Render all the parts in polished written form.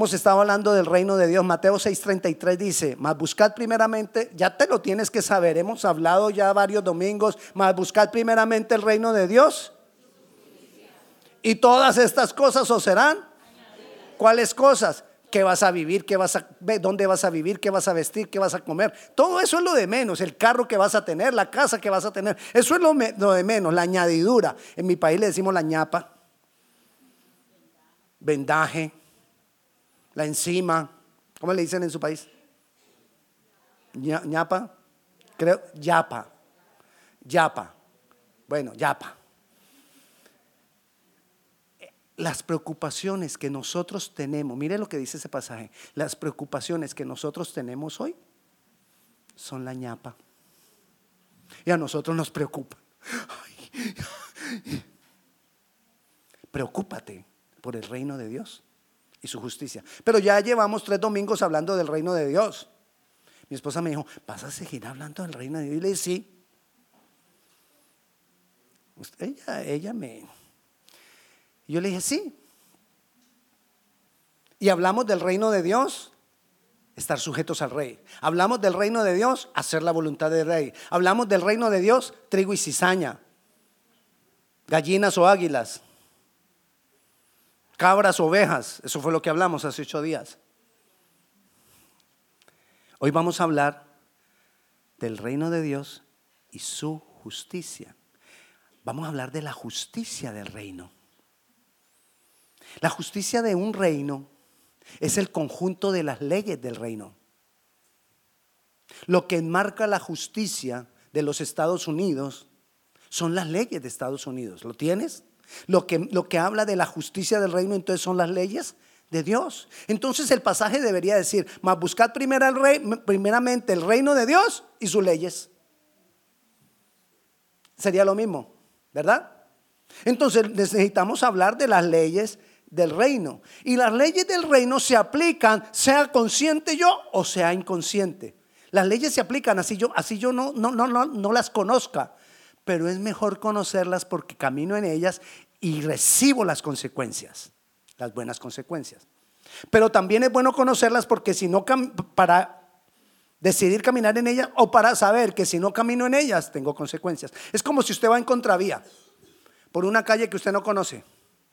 Hemos estado hablando del reino de Dios. Mateo 6:33 dice: mas buscad primeramente, ya te lo tienes que saber, hemos hablado ya varios domingos, mas buscad primeramente el reino de Dios y todas estas cosas os serán. ¿Cuáles cosas? ¿Qué vas a vivir? ¿Dónde vas a vivir? ¿Qué vas a vestir? ¿Qué vas a comer? Todo eso es lo de menos. El carro que vas a tener, la casa que vas a tener, eso es lo de menos, la añadidura. En mi país le decimos la ñapa, vendaje, la encima. ¿Cómo le dicen en su país? ¿Ñapa? Creo, yapa. Yapa. Bueno, yapa. Las preocupaciones que nosotros tenemos, mire lo que dice ese pasaje, las preocupaciones que nosotros tenemos hoy son la ñapa. Y a nosotros nos preocupa. Preocúpate por el reino de Dios y su justicia. Pero ya llevamos 3 domingos hablando del reino de Dios. Mi esposa me dijo: ¿vas a seguir hablando del reino de Dios? Y le dije: sí. Y yo le dije: sí. Y hablamos del reino de Dios, estar sujetos al rey. Hablamos del reino de Dios, hacer la voluntad del rey. Hablamos del reino de Dios, trigo y cizaña, gallinas o águilas, cabras, ovejas. Eso fue lo que hablamos hace 8 días. Hoy vamos a hablar del reino de Dios y su justicia. Vamos a hablar de la justicia del reino. La justicia de un reino es el conjunto de las leyes del reino. Lo que enmarca la justicia de los Estados Unidos son las leyes de Estados Unidos. ¿Lo tienes? Lo que habla de la justicia del reino entonces son las leyes de Dios. Entonces el pasaje debería decir: mas buscad primeramente el reino de Dios y sus leyes. Sería lo mismo, ¿verdad? Entonces necesitamos hablar de las leyes del reino. Y las leyes del reino se aplican, sea consciente yo o sea inconsciente. Las leyes se aplican así yo no las conozca, pero es mejor conocerlas porque camino en ellas y recibo las consecuencias, las buenas consecuencias. Pero también es bueno conocerlas porque si no, para decidir caminar en ellas, o para saber que si no camino en ellas tengo consecuencias. Es como si usted va en contravía por una calle que usted no conoce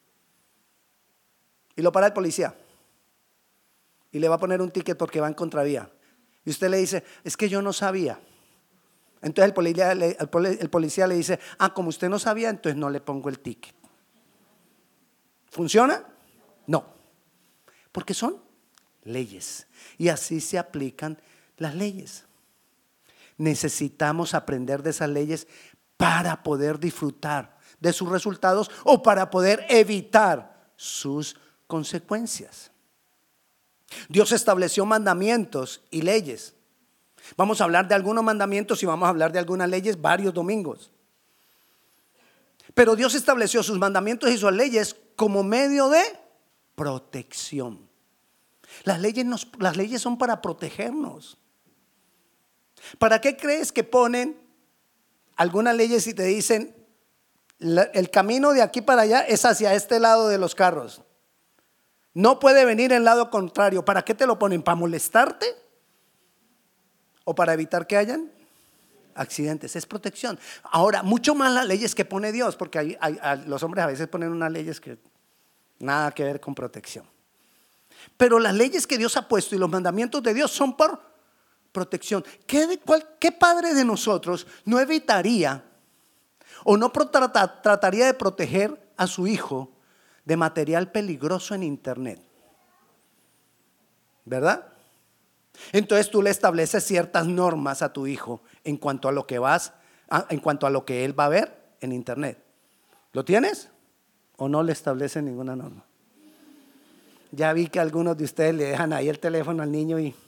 y lo para el policía y le va a poner un ticket porque va en contravía, y usted le dice: es que yo no sabía. Entonces el policía le dice: como usted no sabía, entonces no le pongo el ticket. ¿Funciona? No, porque son leyes y así se aplican las leyes. Necesitamos aprender de esas leyes para poder disfrutar de sus resultados o para poder evitar sus consecuencias. Dios estableció mandamientos y leyes. Vamos a hablar de algunos mandamientos y vamos a hablar de algunas leyes varios domingos. Pero Dios estableció sus mandamientos y sus leyes como medio de protección. Las leyes son para protegernos. ¿Para qué crees que ponen algunas leyes y te dicen: el camino de aquí para allá es hacia este lado de los carros, no puede venir en el lado contrario? ¿Para qué te lo ponen? ¿Para molestarte? ¿O para evitar que hayan accidentes? Es protección. Ahora, mucho más las leyes que pone Dios, porque los hombres a veces ponen unas leyes que nada que ver con protección. Pero las leyes que Dios ha puesto y los mandamientos de Dios son por protección. ¿Qué padre de nosotros no evitaría o no trataría de proteger a su hijo de material peligroso en internet? ¿Verdad? Entonces tú le estableces ciertas normas a tu hijo en cuanto a lo que él va a ver en internet. ¿Lo tienes? ¿O no le establecen ninguna norma? Ya vi que algunos de ustedes le dejan ahí el teléfono al niño y...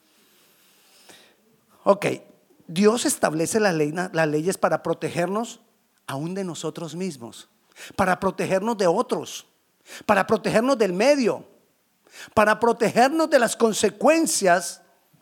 Ok, Dios establece las leyes para protegernos aún de nosotros mismos, para protegernos de otros, para protegernos del medio, para protegernos de las consecuencias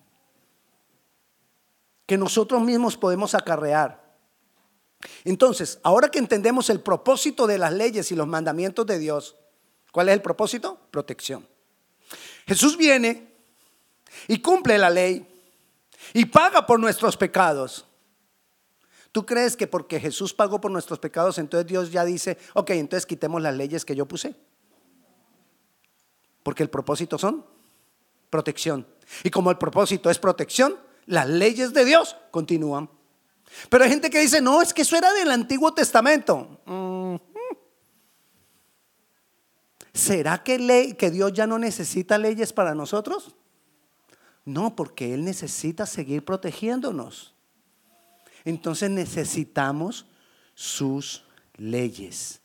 que nosotros mismos podemos acarrear. Entonces, ahora que entendemos el propósito de las leyes y los mandamientos de Dios, ¿cuál es el propósito? Protección. Jesús viene y cumple la ley y paga por nuestros pecados. ¿Tú crees que porque Jesús pagó por nuestros pecados, entonces Dios ya dice, ok, entonces quitemos las leyes que yo puse? Porque el propósito son protección. Y como el propósito es protección, las leyes de Dios continúan. Pero hay gente que dice, no, es que eso era del Antiguo Testamento. ¿Será que Dios ya no necesita leyes para nosotros? No, porque Él necesita seguir protegiéndonos. Entonces necesitamos sus leyes.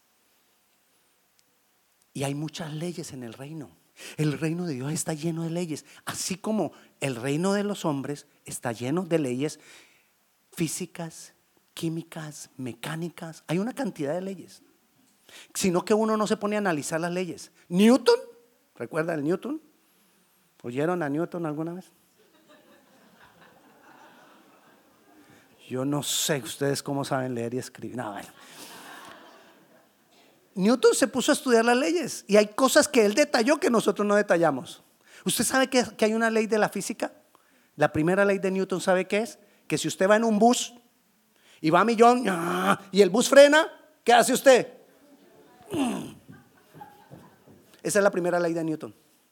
Y hay muchas leyes en el reino. El reino de Dios está lleno de leyes, así como el reino de los hombres está lleno de leyes físicas, químicas, mecánicas. Hay una cantidad de leyes, sino que uno no se pone a analizar las leyes. Newton, ¿recuerdan el Newton? ¿Oyeron a Newton alguna vez? Yo no sé ustedes cómo saben leer y escribir. No, bueno. Newton se puso a estudiar las leyes y hay cosas que él detalló que nosotros no detallamos. ¿Usted sabe que hay una ley de la física? La primera ley de Newton, ¿sabe qué es? Que si usted va en un bus y va a millón y el bus frena, ¿qué hace usted? Esa es la primera ley de Newton.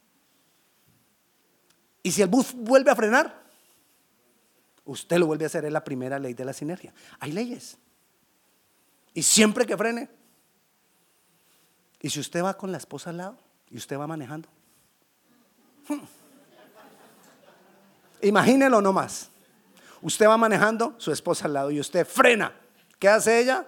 Y si el bus vuelve a frenar, usted lo vuelve a hacer. Es la primera ley de la sinergia. Hay leyes. Y siempre que frene. Y si usted va con la esposa al lado y usted va manejando, imagínelo nomás. Usted va manejando, su esposa al lado y usted frena. ¿Qué hace ella?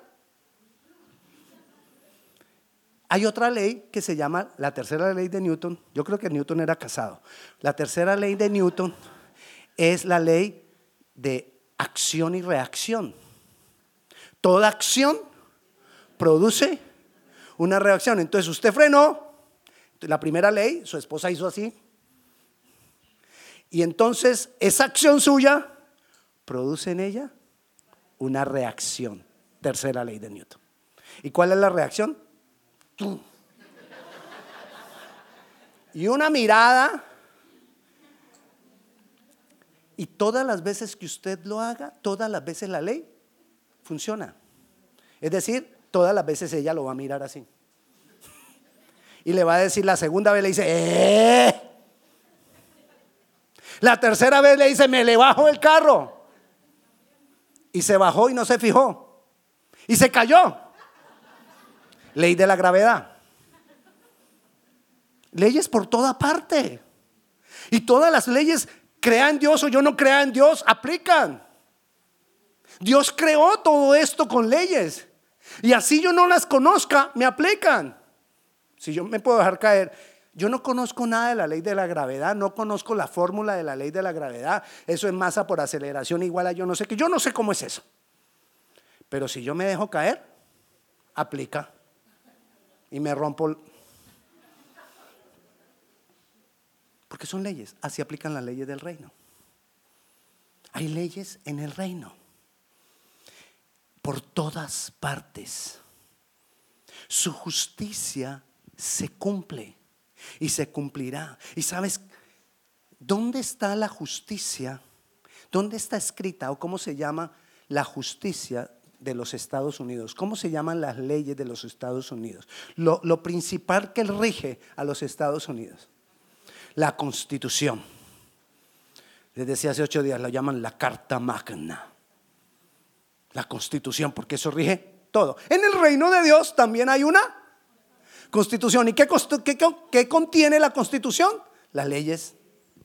Hay otra ley que se llama la tercera ley de Newton. Yo creo que Newton era casado. La tercera ley de Newton es la ley de acción y reacción. Toda acción produce una reacción. Entonces usted frenó, la primera ley, su esposa hizo así, y entonces esa acción suya produce en ella una reacción. Tercera ley de Newton. ¿Y cuál es la reacción? Y una mirada. Y todas las veces que usted lo haga, todas las veces la ley funciona. Es decir, todas las veces ella lo va a mirar así. Y le va a decir, la segunda vez le dice, La tercera vez le dice, me le bajo el carro. Y se bajó y no se fijó. Y se cayó. Ley de la gravedad. Leyes por toda parte. Y todas las leyes, crea en Dios o yo no crea en Dios, aplican. Dios creó todo esto con leyes. Y así yo no las conozca, me aplican. Si yo me puedo dejar caer, yo no conozco nada de la ley de la gravedad, no conozco la fórmula de la ley de la gravedad. Eso es masa por aceleración igual a yo no sé qué. Yo no sé cómo es eso. Pero si yo me dejo caer, aplica. Y me rompo. Porque son leyes, así aplican las leyes del reino. Hay leyes en el reino. Por todas partes. Su justicia se cumple y se cumplirá. ¿Y sabes dónde está la justicia? ¿Dónde está escrita o cómo se llama la justicia de los Estados Unidos? ¿Cómo se llaman las leyes de los Estados Unidos? Lo principal que rige a los Estados Unidos, la Constitución. Les decía hace 8 días, la llaman la Carta Magna. La Constitución, porque eso rige todo. En el reino de Dios también hay una Constitución. ¿Y qué contiene la Constitución? Las leyes.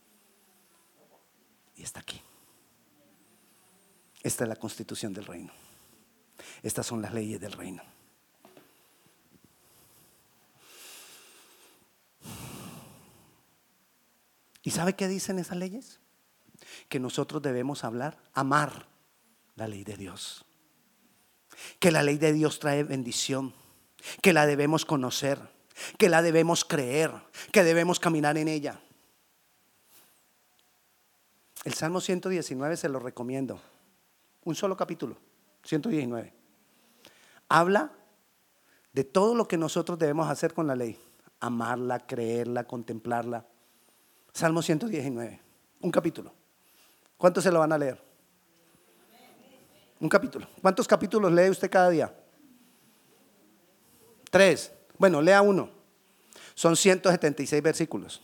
Y está aquí. Esta es la Constitución del reino. Estas son las leyes del reino. ¿Y sabe qué dicen esas leyes? Que nosotros debemos amar la ley de Dios. Que la ley de Dios trae bendición. Que la debemos conocer. Que la debemos creer. Que debemos caminar en ella. El Salmo 119 se lo recomiendo. Un solo capítulo, 119. Habla de todo lo que nosotros debemos hacer con la ley. Amarla, creerla, contemplarla. Salmo 119, un capítulo. ¿Cuántos se lo van a leer? Un capítulo. ¿Cuántos capítulos lee usted cada día? 3. Bueno, lea uno. Son 176 versículos.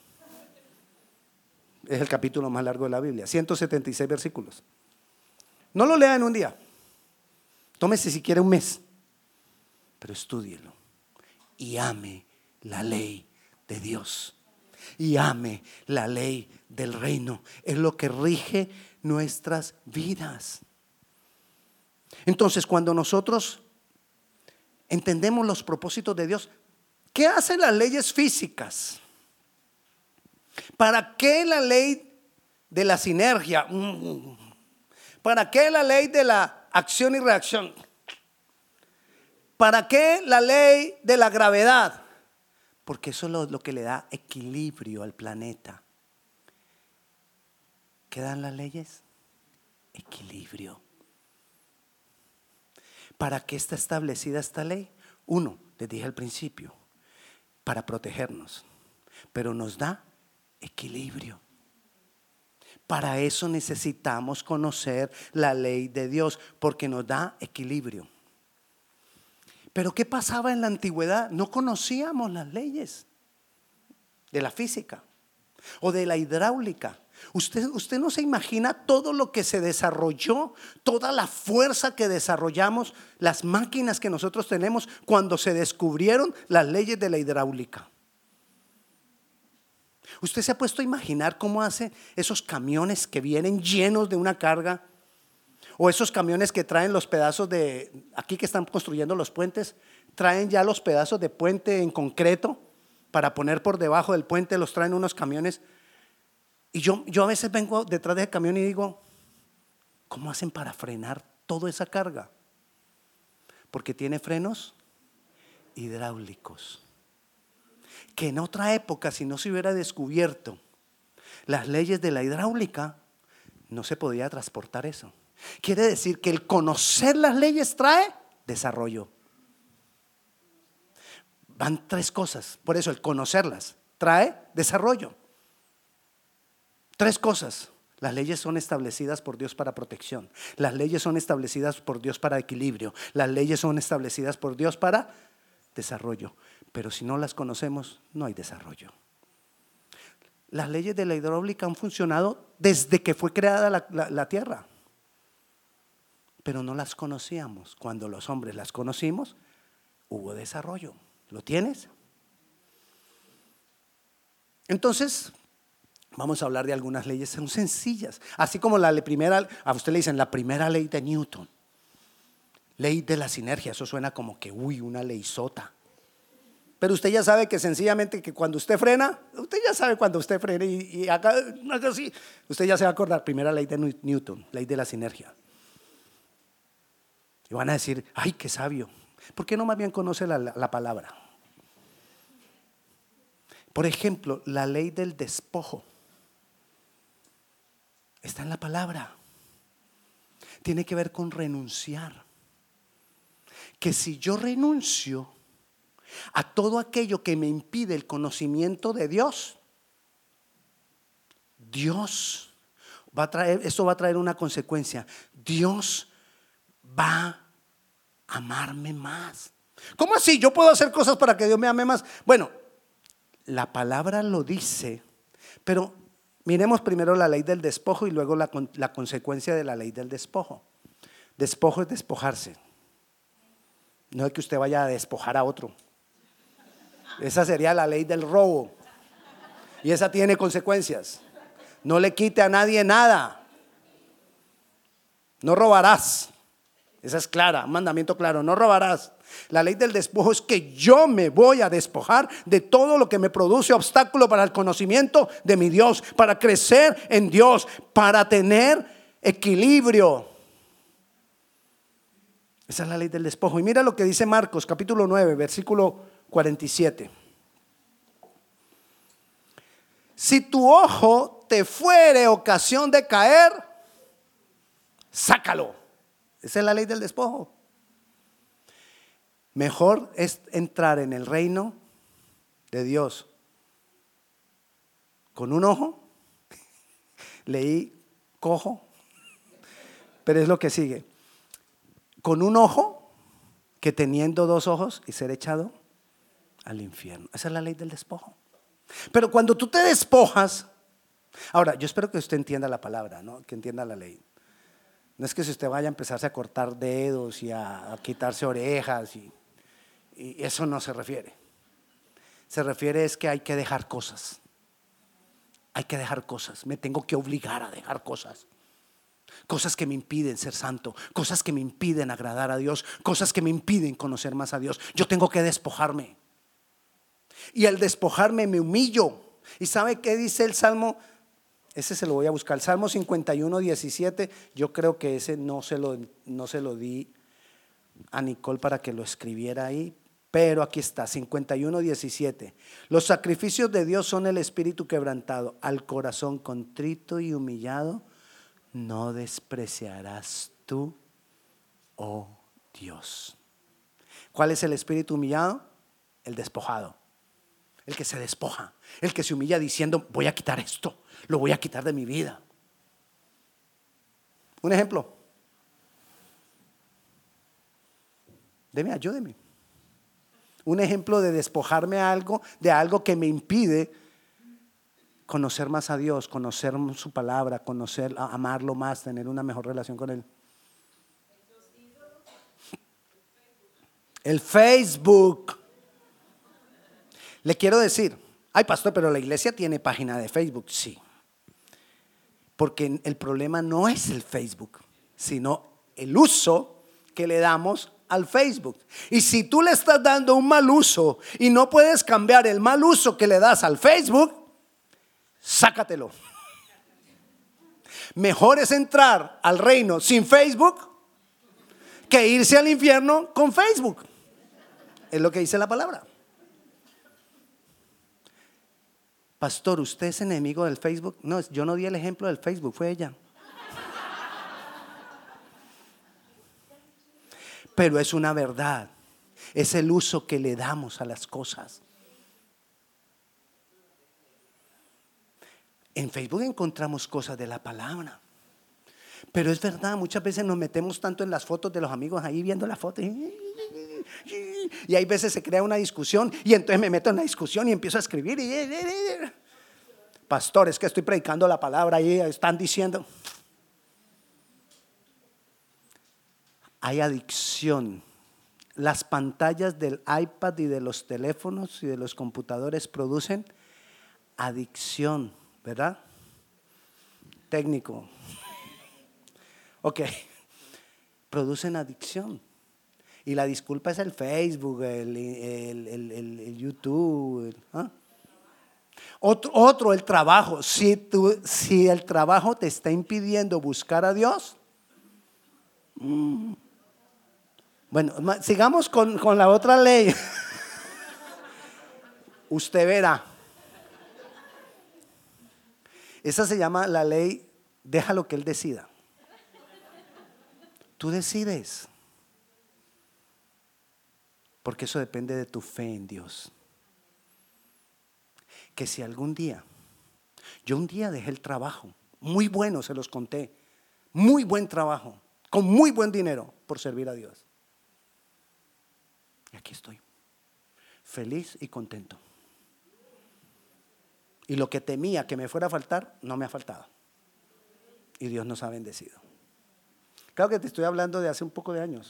Es el capítulo más largo de la Biblia. 176 versículos. No lo lea en un día. Tómese si quiere un mes. Pero estúdielo. Y ame la ley de Dios. Y ame la ley del reino. Es lo que rige nuestras vidas. Entonces, cuando nosotros entendemos los propósitos de Dios, ¿qué hacen las leyes físicas? ¿Para qué la ley de la sinergia? ¿Para qué la ley de la acción y reacción? ¿Para qué la ley de la gravedad? Porque eso es lo que le da equilibrio al planeta. ¿Qué dan las leyes? Equilibrio. ¿Para qué está establecida esta ley? Uno, les dije al principio, para protegernos, pero nos da equilibrio. Para eso necesitamos conocer la ley de Dios, porque nos da equilibrio. Pero ¿qué pasaba en la antigüedad? No conocíamos las leyes de la física o de la hidráulica. Usted no se imagina todo lo que se desarrolló, toda la fuerza que desarrollamos, las máquinas que nosotros tenemos cuando se descubrieron las leyes de la hidráulica. ¿Usted se ha puesto a imaginar cómo hace esos camiones que vienen llenos de una carga? O esos camiones que traen los pedazos de, aquí que están construyendo los puentes, traen ya los pedazos de puente en concreto para poner por debajo del puente, los traen unos camiones. Y yo a veces vengo detrás del camión y digo, ¿cómo hacen para frenar toda esa carga? Porque tiene frenos hidráulicos. Que en otra época, si no se hubiera descubierto las leyes de la hidráulica, no se podía transportar eso. Quiere decir que el conocer las leyes trae desarrollo. Van 3 cosas. Por eso el conocerlas trae desarrollo. 3 cosas. Las leyes son establecidas por Dios para protección. Las leyes son establecidas por Dios para equilibrio. Las leyes son establecidas por Dios para desarrollo. Pero si no las conocemos, no hay desarrollo. Las leyes de la hidráulica han funcionado desde que fue creada la tierra. Pero no las conocíamos. Cuando los hombres las conocimos, hubo desarrollo. ¿Lo tienes? Entonces, vamos a hablar de algunas leyes, son sencillas. Así como la primera, a usted le dicen la primera ley de Newton. Ley de la sinergia, eso suena como que, una leyzota. Pero usted ya sabe que sencillamente que cuando usted frena, usted ya sabe cuando usted frena y haga así, usted ya se va a acordar, primera ley de Newton, ley de la sinergia. Y van a decir, ay, qué sabio. ¿Por qué no más bien conoce la palabra? Por ejemplo, la ley del despojo está en la palabra. Tiene que ver con renunciar. Que si yo renuncio a todo aquello que me impide el conocimiento de Dios, Dios va a traer, esto va a traer una consecuencia. Dios va a amarme más. ¿Cómo así? ¿Yo puedo hacer cosas para que Dios me ame más? Bueno, la palabra lo dice, pero miremos primero la ley del despojo y luego la consecuencia de la ley del despojo. Despojo es despojarse. No es que usted vaya a despojar a otro. Esa sería la ley del robo. Y esa tiene consecuencias. No le quite a nadie nada. No robarás. Esa es clara, un mandamiento claro, no robarás. La ley del despojo es que yo me voy a despojar de todo lo que me produce obstáculo para el conocimiento de mi Dios, para crecer en Dios, para tener equilibrio. Esa es la ley del despojo. Y mira lo que dice Marcos capítulo 9, versículo 47. Si tu ojo te fuere ocasión de caer, sácalo. Esa es la ley del despojo. Mejor es entrar en el reino de Dios Con un ojo, leí cojo, pero es lo que sigue. Con un ojo, que teniendo dos ojos y ser echado al infierno. Esa es la ley del despojo. Pero cuando tú te despojas, ahora yo espero que usted entienda la palabra, ¿no? Que entienda la ley. No es que si usted vaya a empezarse a cortar dedos y a quitarse orejas y eso no se refiere. Se refiere es que hay que dejar cosas. Hay que dejar cosas. Me tengo que obligar a dejar cosas. Cosas que me impiden ser santo, cosas que me impiden agradar a Dios, cosas que me impiden conocer más a Dios. Yo tengo que despojarme. Y al despojarme me humillo. ¿Y sabe qué dice el Salmo? Ese se lo voy a buscar, el Salmo 51:17. Yo creo que ese no se lo di a Nicole para que lo escribiera ahí, pero aquí está, 51:17. Los sacrificios de Dios son el espíritu quebrantado, al corazón contrito y humillado no despreciarás tú, oh Dios. ¿Cuál es el espíritu humillado? El despojado. El que se despoja, el que se humilla diciendo: voy a quitar esto, lo voy a quitar de mi vida. Un ejemplo. Ayúdeme. Un ejemplo de despojarme de algo que me impide conocer más a Dios, conocer su palabra, amarlo más, tener una mejor relación con Él. El Facebook. Le quiero decir, ay pastor, pero la iglesia tiene página de Facebook. Sí, porque el problema no es el Facebook, sino el uso que le damos al Facebook. Y si tú le estás dando un mal uso y no puedes cambiar el mal uso que le das al Facebook, sácatelo. Mejor es entrar al reino sin Facebook que irse al infierno con Facebook. Es lo que dice la palabra. Pastor, ¿usted es enemigo del Facebook? No, yo no di el ejemplo del Facebook, fue ella. Pero es una verdad. Es el uso que le damos a las cosas. En Facebook encontramos cosas de la palabra. Pero es verdad, muchas veces nos metemos tanto en las fotos de los amigos ahí viendo la foto. Y hay veces se crea una discusión y entonces me meto en la discusión y empiezo a escribir. Pastor, es que estoy predicando la palabra y están diciendo. Hay adicción. Las pantallas del iPad y de los teléfonos y de los computadores producen adicción, ¿verdad? Técnico. Ok. Producen adicción. Y la disculpa es el Facebook, el YouTube. Otro, el trabajo. Si el trabajo te está impidiendo buscar a Dios. Bueno, sigamos con la otra ley. Usted verá. Esa se llama la ley, déjalo que Él decida. Tú decides. Porque eso depende de tu fe en Dios. Que si algún día, yo un día dejé el trabajo, muy bueno, se los conté, muy buen trabajo, con muy buen dinero por servir a Dios. Y aquí estoy, feliz y contento. Y lo que temía que me fuera a faltar, no me ha faltado. Y Dios nos ha bendecido. Claro que te estoy hablando de hace un poco de años.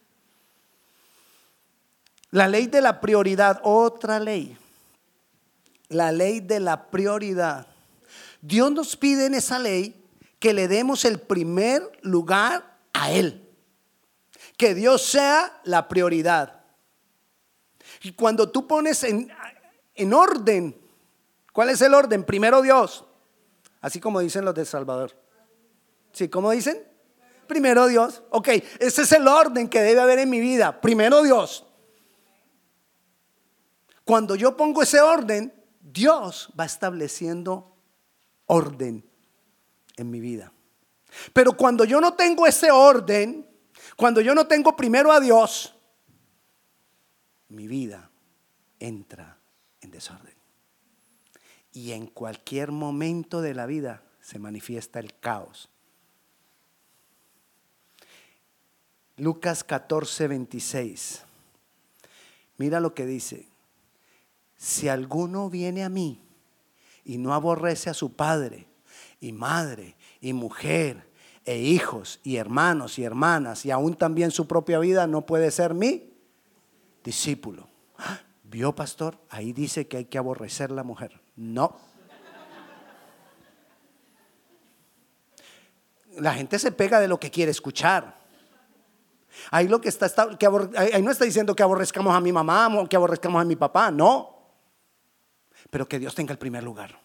La ley de la prioridad, otra ley. La ley de la prioridad. Dios nos pide en esa ley que le demos el primer lugar a Él. Que Dios sea la prioridad. Y cuando tú pones en orden, ¿cuál es el orden? Primero Dios. Así como dicen los de Salvador. ¿Sí? ¿Cómo dicen? Primero Dios. Ok, ese es el orden que debe haber en mi vida. Primero Dios. Cuando yo pongo ese orden, Dios va estableciendo orden en mi vida. Pero cuando yo no tengo ese orden, cuando yo no tengo primero a Dios, mi vida entra en desorden. y en cualquier momento de la vida se manifiesta el caos. Lucas 14:26. Mira lo que dice: si alguno viene a mí y no aborrece a su padre y madre y mujer e hijos y hermanos y hermanas y aún también su propia vida, no puede ser mi discípulo. ¿Vio, pastor? Ahí dice que hay que aborrecer a la mujer. No. La gente se pega de lo que quiere escuchar. Ahí lo que ahí no está diciendo que aborrezcamos a mi mamá o que aborrezcamos a mi papá, no. Pero que Dios tenga el primer lugar.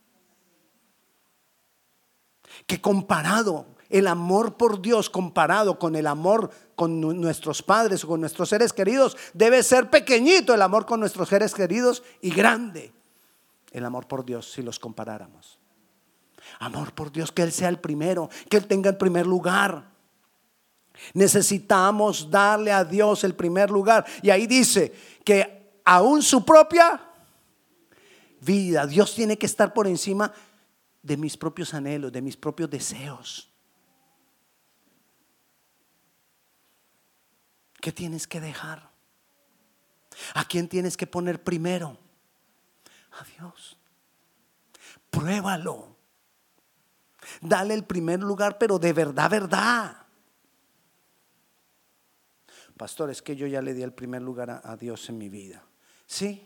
Que comparado el amor por Dios, comparado con el amor con nuestros padres o con nuestros seres queridos, debe ser pequeñito el amor con nuestros seres queridos y grande el amor por Dios si los comparáramos. Amor por Dios, que Él sea el primero, que Él tenga el primer lugar. Necesitamos darle a Dios el primer lugar. Y ahí dice que aún su propia vida, Dios tiene que estar por encima de mis propios anhelos, de mis propios deseos. ¿Qué tienes que dejar? ¿A quién tienes que poner primero? A Dios. Pruébalo. Dale el primer lugar, pero de verdad, verdad. Pastor, es que yo ya le di el primer lugar a Dios en mi vida. ¿Sí?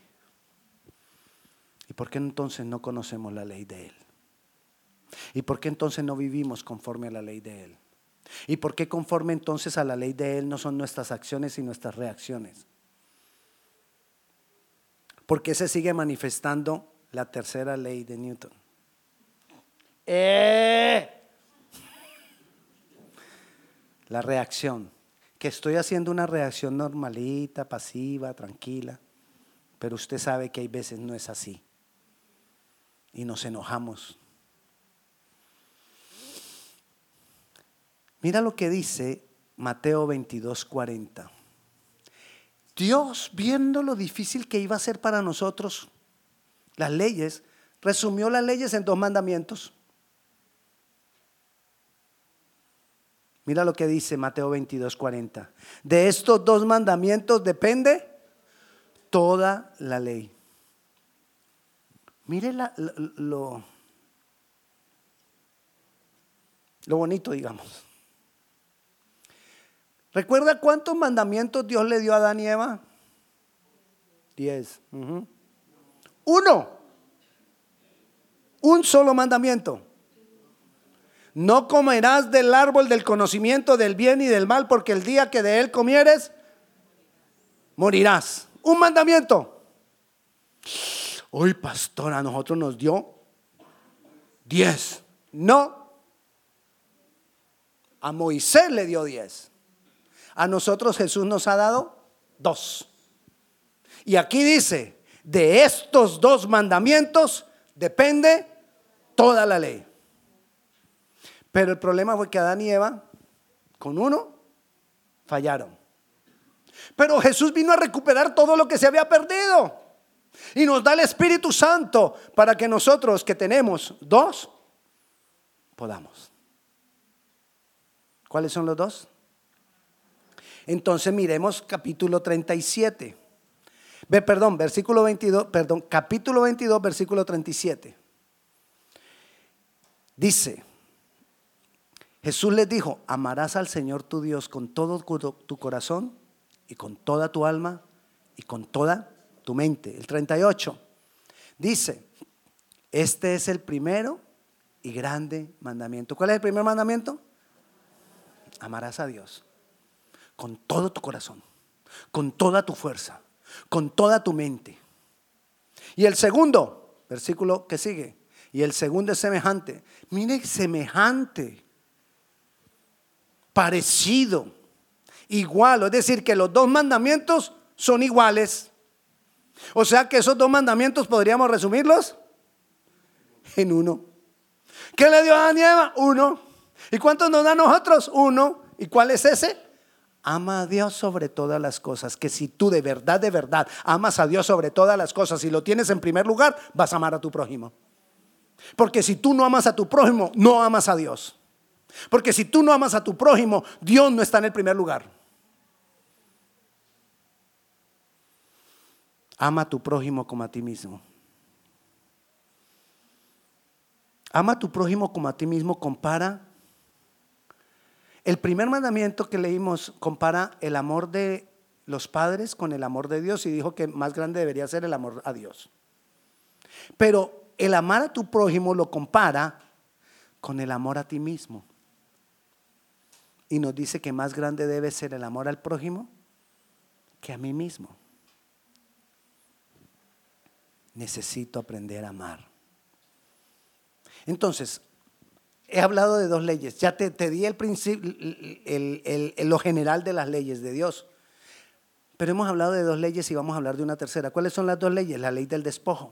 ¿Y por qué entonces no conocemos la ley de Él? ¿Y por qué entonces no vivimos conforme a la ley de Él? ¿Y por qué conforme entonces a la ley de Él no son nuestras acciones y nuestras reacciones? ¿Por qué se sigue manifestando la tercera ley de Newton? La reacción. Que estoy haciendo una reacción normalita, pasiva, tranquila, pero usted sabe que hay veces no es así y nos enojamos. Mira lo que dice Mateo 22:40. Dios, viendo lo difícil que iba a ser para nosotros las leyes, resumió las leyes en 2 mandamientos. Mira lo que dice Mateo 22:40. De estos 2 mandamientos depende toda la ley. Mire lo bonito, digamos. ¿Recuerda cuántos mandamientos Dios le dio a Adán y Eva? 10. 1. Un solo mandamiento. No comerás del árbol del conocimiento del bien y del mal, porque el día que de él comieres, morirás. Un mandamiento. Hoy, pastor, a nosotros nos dio 10. No. A Moisés le dio 10. A nosotros Jesús nos ha dado 2. Y aquí dice, de estos 2 mandamientos depende toda la ley. Pero el problema fue que Adán y Eva, con 1, fallaron. Pero Jesús vino a recuperar todo lo que se había perdido. Y nos da el Espíritu Santo para que nosotros que tenemos 2, podamos. ¿Cuáles son los 2? Entonces miremos capítulo 37. Versículo 22, capítulo 22, versículo 37. Dice, Jesús les dijo, amarás al Señor tu Dios con todo tu corazón y con toda tu alma y con toda tu mente. El 38 dice, este es el primero y grande mandamiento. ¿Cuál es el primer mandamiento? Amarás a Dios con todo tu corazón, con toda tu fuerza, con toda tu mente. Y el segundo, versículo que sigue, y el segundo es semejante. Mire, semejante, parecido, igual. Es decir, que los 2 mandamientos son iguales. O sea que esos 2 mandamientos podríamos resumirlos en 1. ¿Qué le dio a Adán y Eva? 1. ¿Y cuántos nos da a nosotros? 1. ¿Y cuál es ese? Ama a Dios sobre todas las cosas. Que si tú de verdad amas a Dios sobre todas las cosas y lo tienes en primer lugar, vas a amar a tu prójimo. Porque si tú no amas a tu prójimo, no amas a Dios. Porque si tú no amas a tu prójimo, Dios no está en el primer lugar. Ama a tu prójimo como a ti mismo. Ama a tu prójimo como a ti mismo. Compara. El primer mandamiento que leímos compara el amor de los padres con el amor de Dios y dijo que más grande debería ser el amor a Dios. Pero el amar a tu prójimo lo compara con el amor a ti mismo. Y nos dice que más grande debe ser el amor al prójimo que a mí mismo. Necesito aprender a amar. Entonces, he hablado de dos leyes. Ya te di el principio, lo general de las leyes de Dios. Pero hemos hablado de dos leyes y vamos a hablar de una tercera. ¿Cuáles son las dos leyes? La ley del despojo.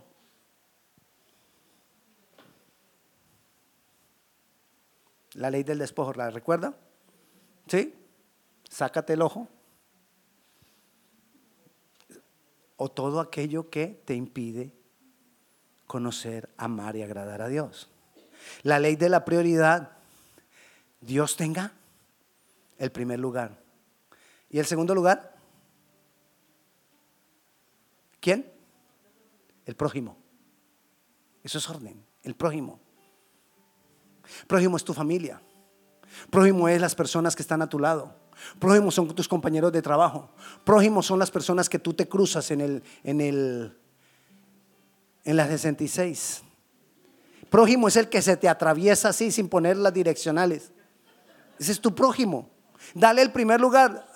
La ley del despojo, ¿la recuerda? ¿Sí? Sácate el ojo. O todo aquello que te impide conocer, amar y agradar a Dios. La ley de la prioridad. Dios tenga el primer lugar. ¿Y el segundo lugar? ¿Quién? El prójimo. Eso es orden, el prójimo. Prójimo es tu familia. Prójimo es las personas que están a tu lado. Prójimo son tus compañeros de trabajo. Prójimo son las personas que tú te cruzas en la 66. Prójimo es el que se te atraviesa así sin poner las direccionales. Ese es tu prójimo. Dale el primer lugar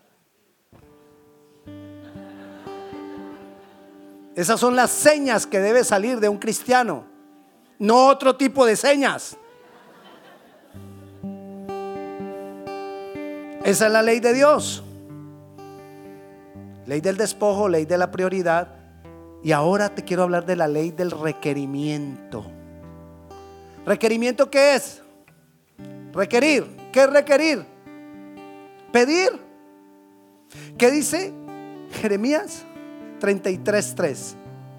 Esas son las señas que debe salir de un cristiano, no otro tipo de señas. Esa es la ley de Dios. Ley del despojo, ley de la prioridad. Y ahora te quiero hablar de la ley del requerimiento. ¿Requerimiento qué es? Requerir. ¿Qué es requerir? Pedir. ¿Qué dice Jeremías 33:3?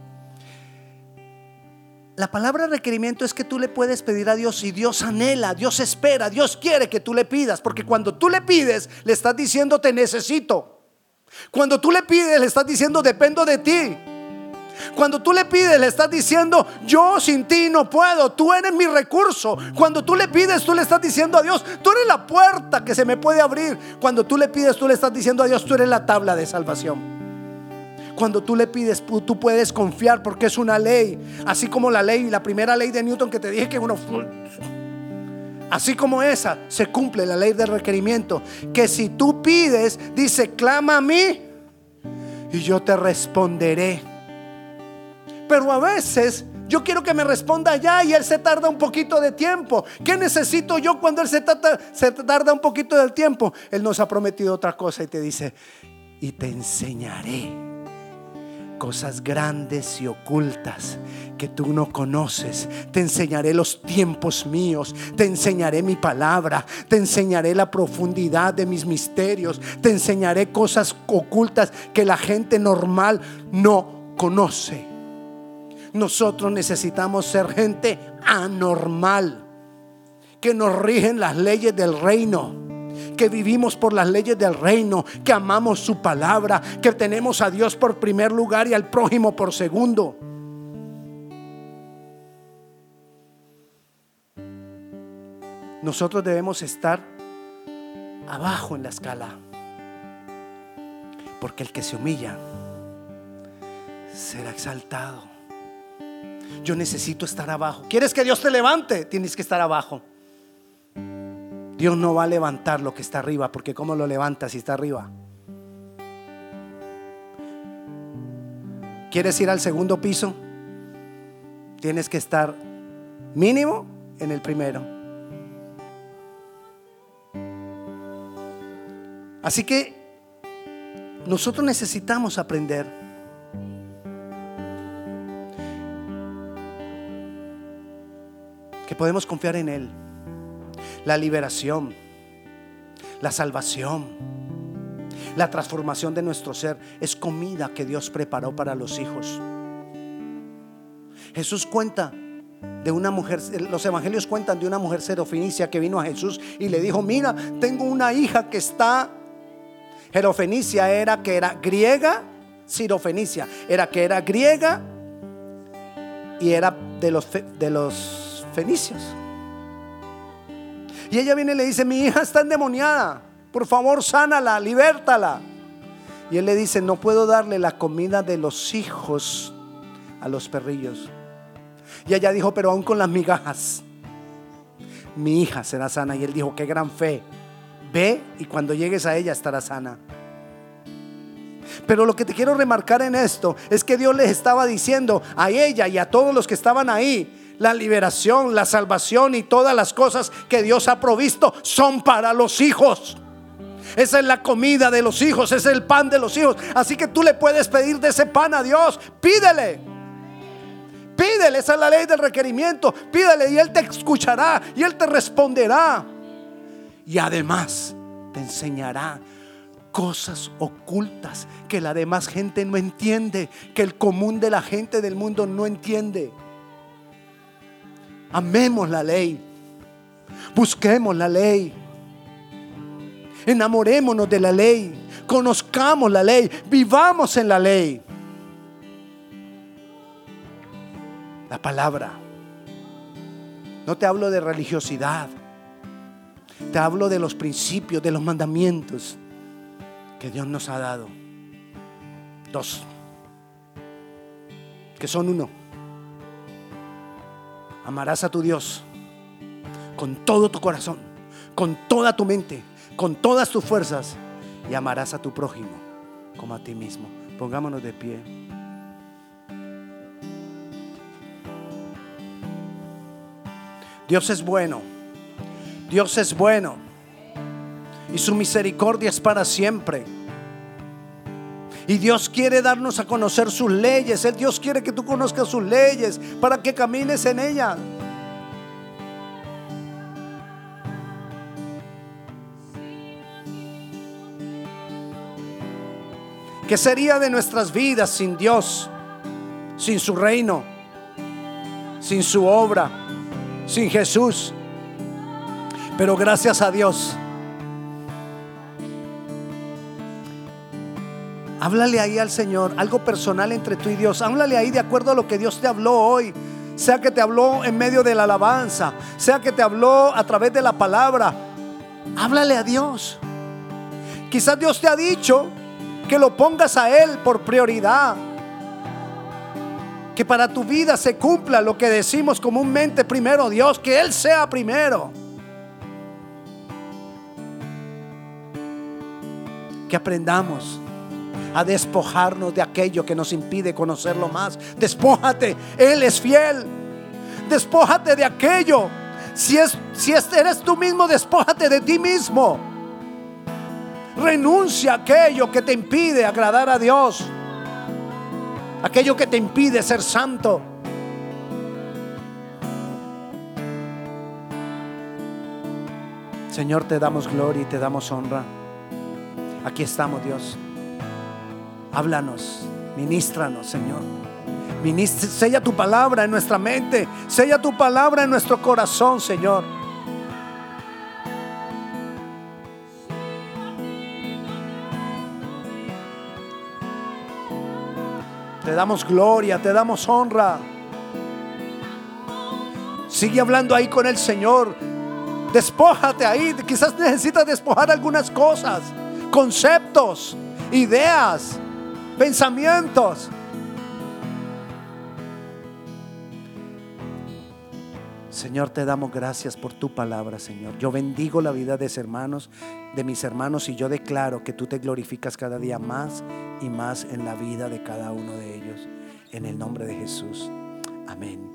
La palabra requerimiento es que tú le puedes pedir a Dios y Dios anhela, Dios espera, Dios quiere que tú le pidas. Porque cuando tú le pides, le estás diciendo te necesito. Cuando tú le pides, le estás diciendo dependo de ti. Cuando tú le pides, le estás diciendo yo sin ti no puedo, tú eres mi recurso. Cuando tú le pides, tú le estás diciendo a Dios tú eres la puerta que se me puede abrir. Cuando tú le pides, tú le estás diciendo a Dios tú eres la tabla de salvación. Cuando tú le pides, tú puedes confiar porque es una ley. Así como la ley, la primera ley de Newton que te dije que uno, así como esa, se cumple la ley del requerimiento. Que si tú pides, dice clama a mí y yo te responderé. Pero a veces yo quiero que me responda ya y Él se tarda un poquito de tiempo. ¿Qué necesito yo cuando Él se tarda un poquito del tiempo? Él nos ha prometido otra cosa y te dice y te enseñaré cosas grandes y ocultas que tú no conoces. Te enseñaré los tiempos míos. Te enseñaré mi palabra. Te enseñaré la profundidad de mis misterios. Te enseñaré cosas ocultas que la gente normal no conoce. Nosotros necesitamos ser gente anormal, que nos rigen las leyes del reino, que vivimos por las leyes del reino, que amamos su palabra, que tenemos a Dios por primer lugar y al prójimo por segundo. Nosotros debemos estar abajo en la escala, porque el que se humilla será exaltado. Yo necesito estar abajo. ¿Quieres que Dios te levante? Tienes que estar abajo. Dios no va a levantar lo que está arriba, porque ¿cómo lo levanta si está arriba? ¿Quieres ir al segundo piso? Tienes que estar mínimo en el primero. Así que nosotros necesitamos aprender que podemos confiar en Él. La liberación, la salvación, La transformación de nuestro ser es comida que Dios preparó para los hijos. Jesús cuenta de una mujer, los evangelios cuentan de una mujer sirofenicia que vino a Jesús y le dijo: mira, tengo una hija que está. Sirofenicia era que era griega, sirofenicia era que era griega y era de los fenicios. Y ella viene y le dice: mi hija está endemoniada, por favor sánala, libértala. Y él le dice: no puedo darle la comida de los hijos a los perrillos. Y ella dijo: pero aún con las migajas mi hija será sana. Y él dijo: qué gran fe, ve y cuando llegues a ella estará sana. Pero lo que te quiero remarcar en esto es que Dios les estaba diciendo a ella y a todos los que estaban ahí: la liberación, la salvación y todas las cosas que Dios ha provisto son para los hijos. Esa es la comida de los hijos, ese es el pan de los hijos. Así que tú le puedes pedir de ese pan a Dios. Pídele. Pídele, esa es la ley del requerimiento. Pídele y Él te escuchará y Él te responderá. Y además te enseñará cosas ocultas que la demás gente no entiende, que el común de la gente del mundo no entiende. Amemos la ley, busquemos la ley, enamorémonos de la ley, conozcamos la ley, vivamos en la ley. La palabra. No te hablo de religiosidad, te hablo de los principios, de los mandamientos que Dios nos ha dado. Dos, que son uno. Amarás a tu Dios con todo tu corazón, con toda tu mente, con todas tus fuerzas, y amarás a tu prójimo como a ti mismo. Pongámonos de pie. Dios es bueno. Dios es bueno y su misericordia es para siempre. Y Dios quiere darnos a conocer sus leyes. Dios quiere que tú conozcas sus leyes para que camines en ellas. ¿Qué sería de nuestras vidas sin Dios? Sin su reino, sin su obra, sin Jesús. Pero gracias a Dios. Háblale ahí al Señor, algo personal entre tú y Dios. Háblale ahí de acuerdo a lo que Dios te habló hoy. Sea que te habló en medio de la alabanza, sea que te habló a través de la palabra. Háblale a Dios. Quizás Dios te ha dicho que lo pongas a Él por prioridad, que para tu vida se cumpla lo que decimos comúnmente: primero Dios, que Él sea primero. Que aprendamos a despojarnos de aquello que nos impide conocerlo más. Despójate, Él es fiel. Despójate de aquello. Si eres tú mismo, despójate de ti mismo. Renuncia a aquello que te impide agradar a Dios, aquello que te impide ser santo. Señor, te damos gloria y te damos honra. Aquí estamos, Dios. Háblanos, ministranos, Señor. Sella tu palabra en nuestra mente, sella tu palabra en nuestro corazón, Señor. Te damos gloria, te damos honra. Sigue hablando ahí con el Señor. Despójate ahí. Quizás necesitas despojar algunas cosas, conceptos, ideas, pensamientos. Señor, te damos gracias por tu palabra, Señor. Yo bendigo la vida de mis hermanos, y yo declaro que tú te glorificas cada día más y más en la vida de cada uno de ellos. En el nombre de Jesús. Amén.